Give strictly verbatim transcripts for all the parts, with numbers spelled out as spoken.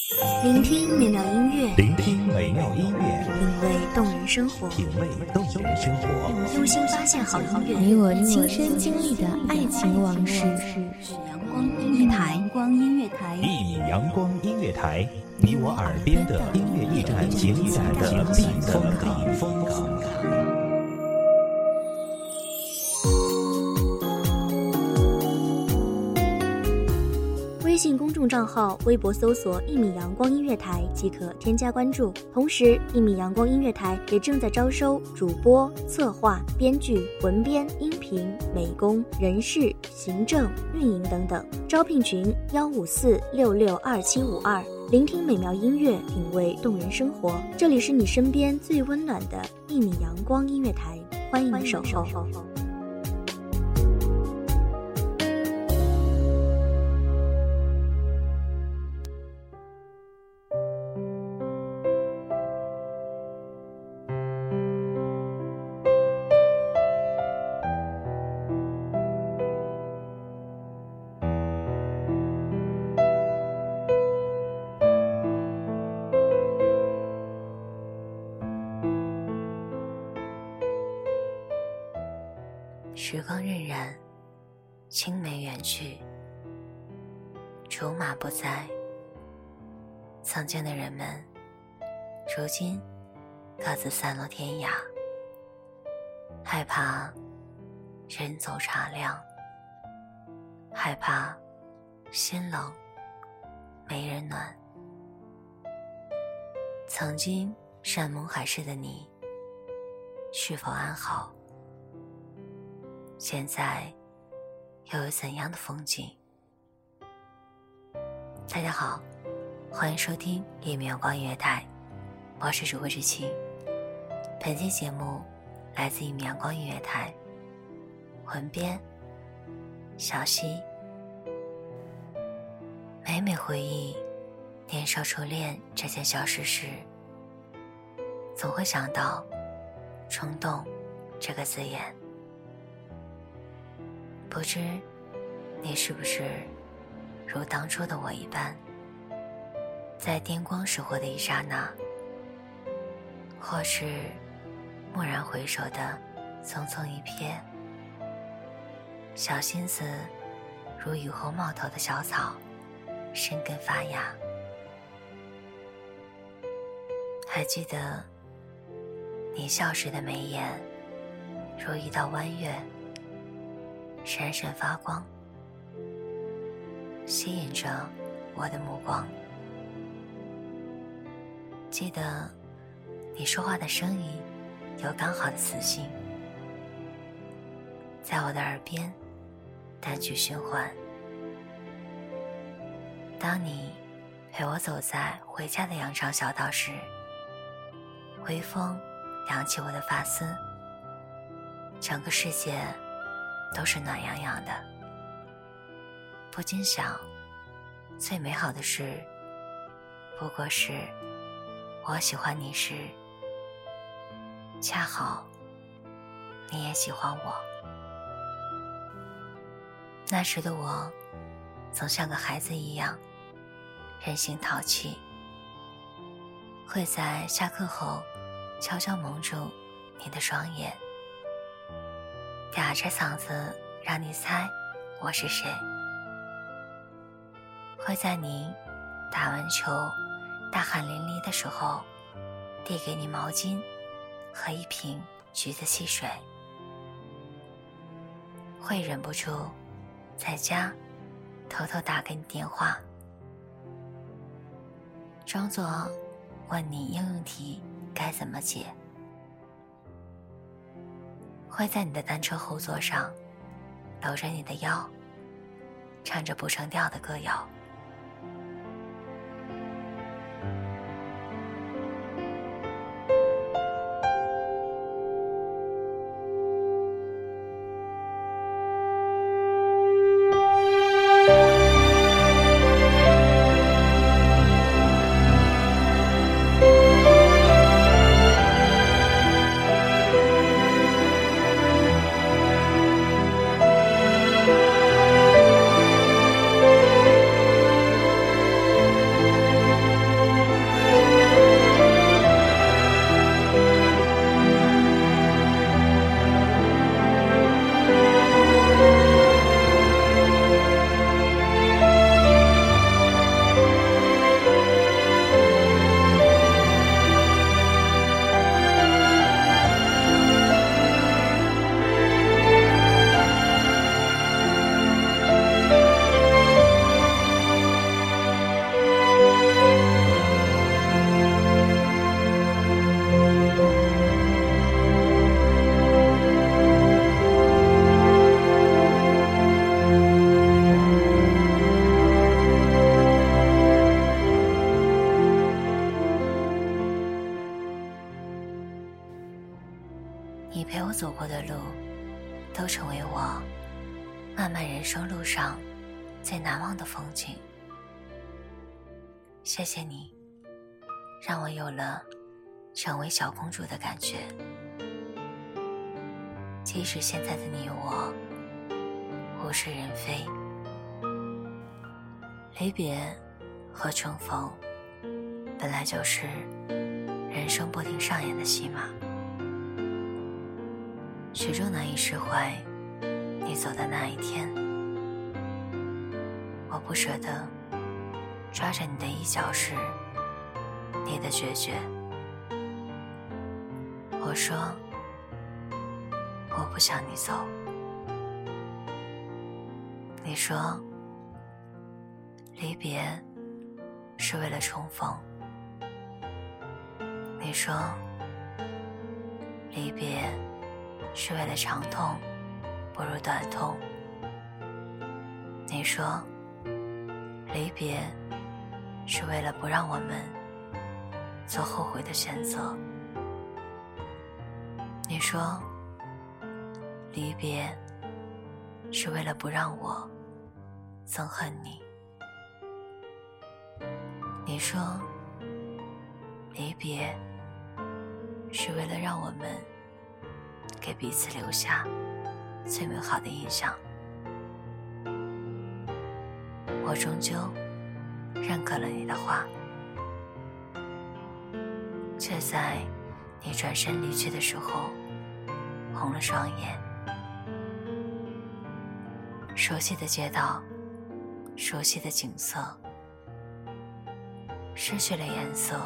聆听美妙音乐， 聆听美妙音乐， 品味动人生活， 品味动人生活， 用心发现好音乐， 你我亲身经历的爱情往事。 阳光音乐台，阳光音乐台， 一米阳光音乐台，你我耳边的音乐驿站，情感的避风港。 微信公众账号、微博搜索“一米阳光音乐台”即可添加关注。同时，一米阳光音乐台也正在招收主播、策划、编剧、文编、音频、美工、人事、行政、运营等等。招聘群：幺五四六六二七五二。聆听美妙音乐，品味动人生活。这里是你身边最温暖的一米阳光音乐台，欢迎你守候。 时光荏苒，青梅远去，竹马不在。曾经的人们，如今各自散落天涯，害怕人走茶凉，害怕心冷没人暖。曾经山盟海誓的你，是否安好？现在又有怎样的风景？大家好，欢迎收听一米阳光音乐台，我是主播知青。本期节目来自一米阳光音乐台，文编小溪。每每回忆年少初恋这件小事时，总会想到冲动这个字眼。不知你是不是如当初的我一般，在电光石火的一刹那，或是蓦然回首的匆匆一瞥，小心思如雨后冒头的小草，生根发芽。还记得你笑时的眉眼如一道弯月，闪闪发光，吸引着我的目光。记得你说话的声音有刚好的磁性，在我的耳边单曲循环。当你陪我走在回家的羊肠小道时，微风扬起我的发丝，整个世界都是暖洋洋的。不禁想，最美好的事不过是我喜欢你时，恰好你也喜欢我。那时的我总像个孩子一样任性淘气，会在下课后悄悄蒙住你的双眼，哑着嗓子让你猜我是谁，会在你打完球大汗淋漓的时候递给你毛巾和一瓶橘子汽水，会忍不住在家偷偷打给你电话，装作问你应用题该怎么解，会在你的单车后座上搂着你的腰，唱着不成调的歌谣。 走过的路都成为我漫漫人生路上最难忘的风景。谢谢你，让我有了成为小公主的感觉。即使现在的你我物是人非，离别和重逢本来就是人生不停上演的戏码，始终难以释怀你走的那一天。我不舍得抓着你的衣角时你的决绝。我说我不想你走，你说离别是为了重逢，你说离别是为了长痛不如短痛，你说离别是为了不让我们做后悔的选择，你说离别是为了不让我憎恨你，你说离别是为了让我们给彼此留下最美好的印象。我终究认可了你的话，却在你转身离去的时候红了双眼。熟悉的街道，熟悉的景色失去了颜色，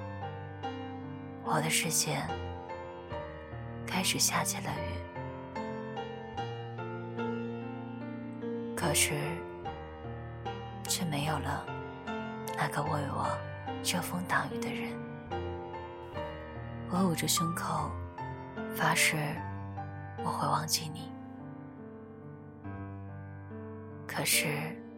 我的世界开始下起了雨，可是却没有了那个为我遮风挡雨的人。我捂着胸口发誓我会忘记你，可是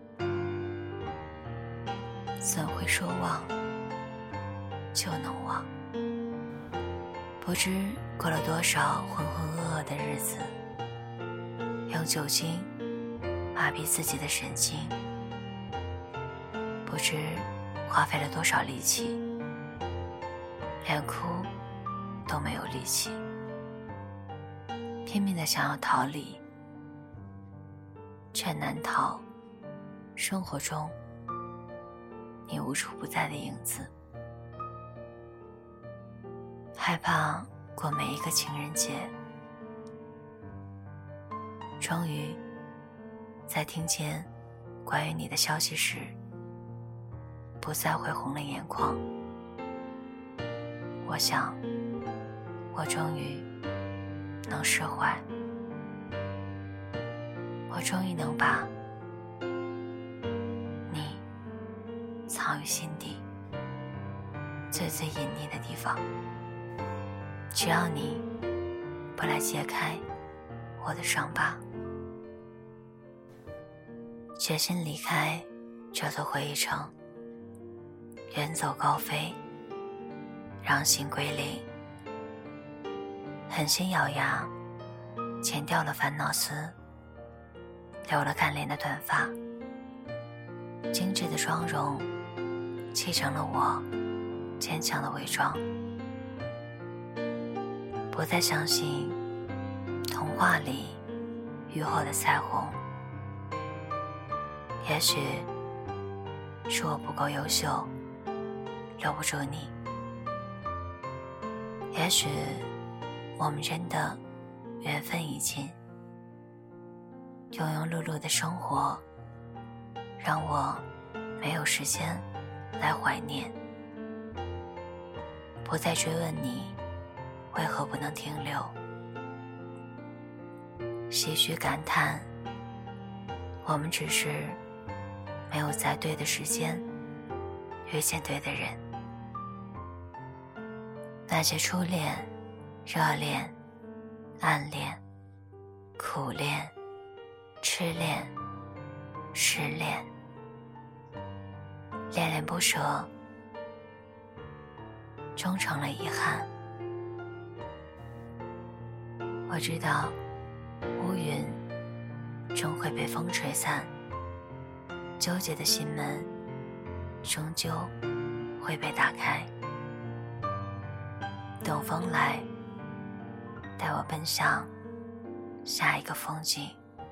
怎会说忘就能忘？不知过了多少浑浑噩噩的日子，用酒精麻痹自己的神经，不知花费了多少力气，连哭都没有力气，拼命地想要逃离，却难逃生活中你无处不在的影子。害怕过每一个情人节，终于在听见关于你的消息时，不再会红了眼眶。我想我终于能释怀，我终于能把你藏于心底最最隐秘的地方，只要你不来揭开我的伤疤。决心离开这座回忆城，远走高飞，让心归零，狠心咬牙剪掉了烦恼丝，留了干练的短发，精致的妆容砌成了我坚强的伪装。不再相信童话里雨后的彩虹，也许是我不够优秀留不住你，也许我们真的缘分已尽，庸庸碌碌的生活让我没有时间来怀念，不再追问你为何不能停留，唏嘘感叹我们只是没有在对的时间遇见对的人。那些初恋、热恋、暗恋、苦恋、痴恋、失恋，恋恋不舍，终成了遗憾。 我知道乌云终会被风吹散，纠结的心门终究会被打开。等风来，带我奔向下一个风景。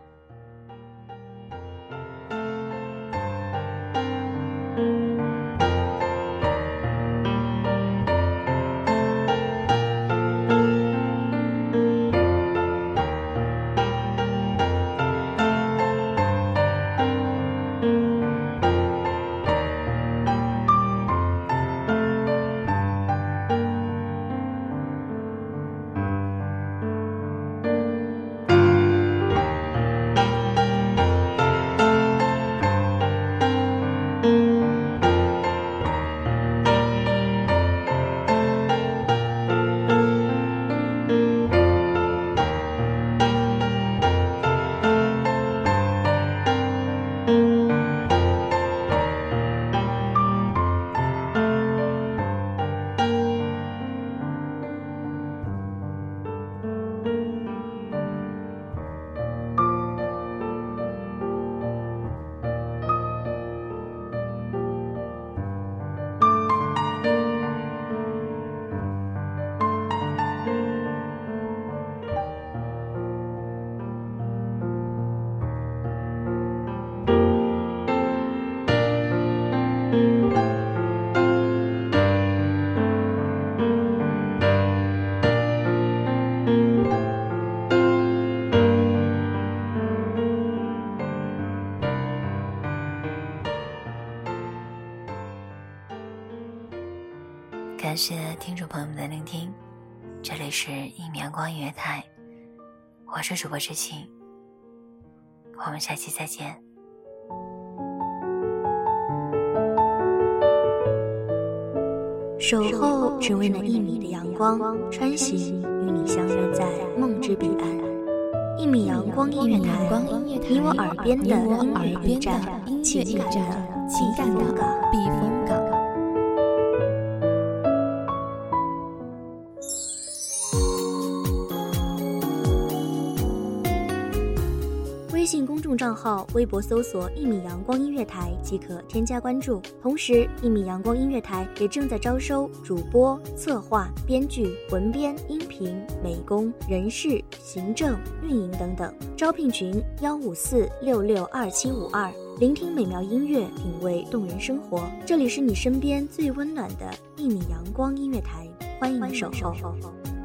感谢听众朋友们的聆听，这里是一米阳光音乐台，我是主播知青，我们下期再见。 守候只为那一米的阳光，穿行与你相约在梦之彼岸。一米阳光音乐台，你我耳边的音乐驿站，情感的情感的避风港。微信公众账号、微博搜索“一米阳光音乐台”即可添加关注。同时，一米阳光音乐台也正在招收主播、策划、编剧、文编、音频、美工、人事、行政、运营等等。招聘群：幺五四六六二七五二。聆听美妙音乐，品味动人生活。这里是你身边最温暖的一米阳光音乐台，欢迎你守候。